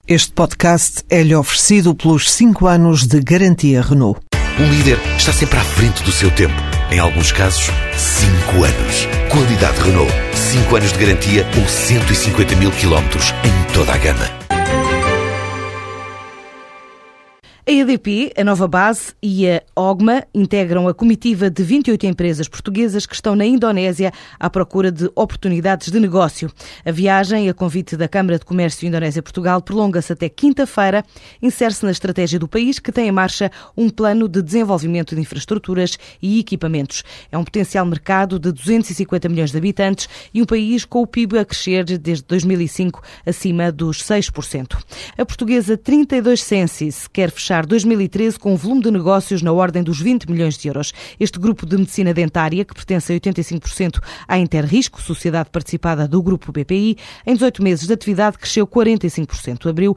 Este podcast é-lhe oferecido pelos 5 anos de garantia Renault. Um líder está sempre à frente do seu tempo. Em alguns casos, 5 anos. Qualidade Renault. 5 anos de garantia ou 150 mil quilómetros em toda a gama. A EDP, a Nova Base e a OGMA integram a comitiva de 28 empresas portuguesas que estão na Indonésia à procura de oportunidades de negócio. A viagem, a convite da Câmara de Comércio Indonésia-Portugal, prolonga-se até quinta-feira, insere-se na estratégia do país, que tem em marcha um plano de desenvolvimento de infraestruturas e equipamentos. É um potencial mercado de 250 milhões de habitantes e um país com o PIB a crescer desde 2005 acima dos 6%. A portuguesa 32 Sensis quer fechar 2013 com um volume de negócios na ordem dos 20 milhões de euros. Este grupo de medicina dentária, que pertence a 85% à Interrisco, sociedade participada do grupo BPI, em 18 meses de atividade cresceu 45%. Abriu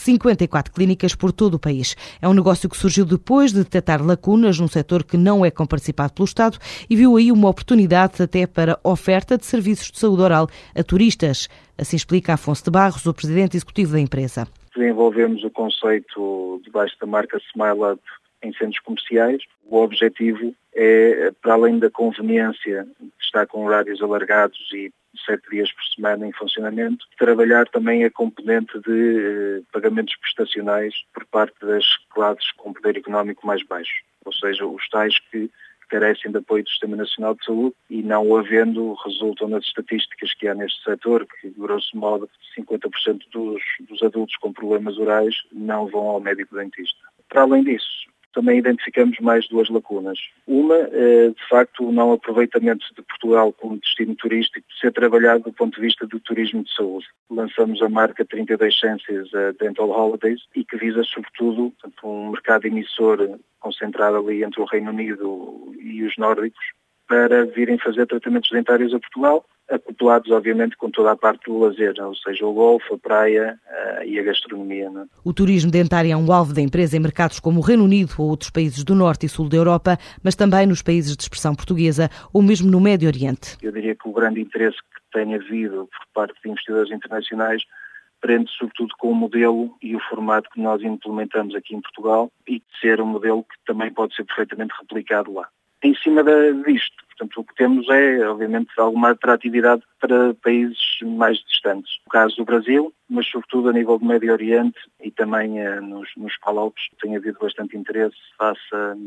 54 clínicas por todo o país. É um negócio que surgiu depois de detectar lacunas num setor que não é comparticipado pelo Estado e viu aí uma oportunidade até para oferta de serviços de saúde oral a turistas. Assim explica Afonso de Barros, o presidente executivo da empresa. Desenvolvemos o conceito debaixo da marca SmileUp em centros comerciais. O objetivo é, para além da conveniência de estar com horários alargados e 7 dias por semana em funcionamento, trabalhar também a componente de pagamentos prestacionais por parte das classes com poder económico mais baixo, ou seja, os tais que carecem de apoio do Sistema Nacional de Saúde e não o havendo, resultam nas estatísticas que há neste setor, que grosso modo 50% dos adultos com problemas orais não vão ao médico dentista. Para além disso, também identificamos mais 2 lacunas. Uma, de facto, o não aproveitamento de Portugal como destino turístico ser trabalhado do ponto de vista do turismo de saúde. Lançamos a marca 32 Senses Dental Holidays e que visa, sobretudo, um mercado emissor concentrado ali entre o Reino Unido e os nórdicos, para virem fazer tratamentos dentários a Portugal, acoplados, obviamente, com toda a parte do lazer, ou seja, o golfe, a praia e a gastronomia. Não é? O turismo dentário é um alvo da empresa em mercados como o Reino Unido ou outros países do Norte e Sul da Europa, mas também nos países de expressão portuguesa ou mesmo no Médio Oriente. Eu diria que o grande interesse que tem havido por parte de investidores internacionais prende sobretudo com o modelo e o formato que nós implementamos aqui em Portugal e ser um modelo que também pode ser perfeitamente replicado lá. Em cima disto, portanto, o que temos é, obviamente, alguma atratividade para países mais distantes. No caso do Brasil, mas sobretudo a nível do Médio Oriente e também nos Palopes, tem havido bastante interesse face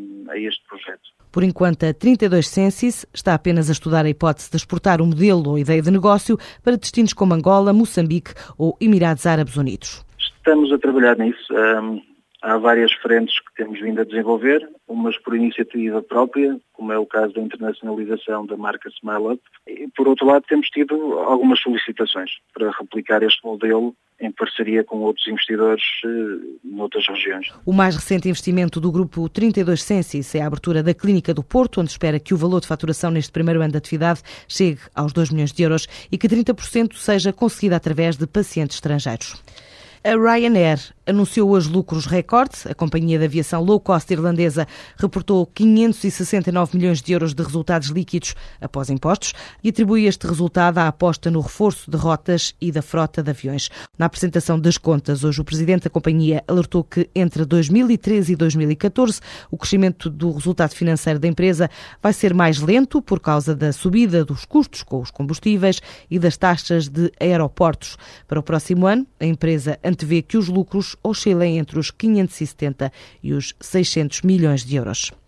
a este projeto. Por enquanto, a 32 Sensis está apenas a estudar a hipótese de exportar o modelo ou ideia de negócio para destinos como Angola, Moçambique ou Emirados Árabes Unidos. Estamos a trabalhar nisso. Há várias frentes que temos vindo a desenvolver, umas por iniciativa própria, como é o caso da internacionalização da marca SmileUp. E, por outro lado, temos tido algumas solicitações para replicar este modelo em parceria com outros investidores noutras regiões. O mais recente investimento do grupo 32 Sensis é a abertura da Clínica do Porto, onde espera que o valor de faturação neste primeiro ano de atividade chegue aos 2 milhões de euros e que 30% seja conseguido através de pacientes estrangeiros. A Ryanair anunciou hoje lucros recorde. A companhia de aviação low-cost irlandesa reportou 569 milhões de euros de resultados líquidos após impostos e atribui este resultado à aposta no reforço de rotas e da frota de aviões. Na apresentação das contas, hoje o presidente da companhia alertou que entre 2013 e 2014 o crescimento do resultado financeiro da empresa vai ser mais lento por causa da subida dos custos com os combustíveis e das taxas de aeroportos. Para o próximo ano, a empresa antevê que os lucros oscilem entre os 570 e os 600 milhões de euros.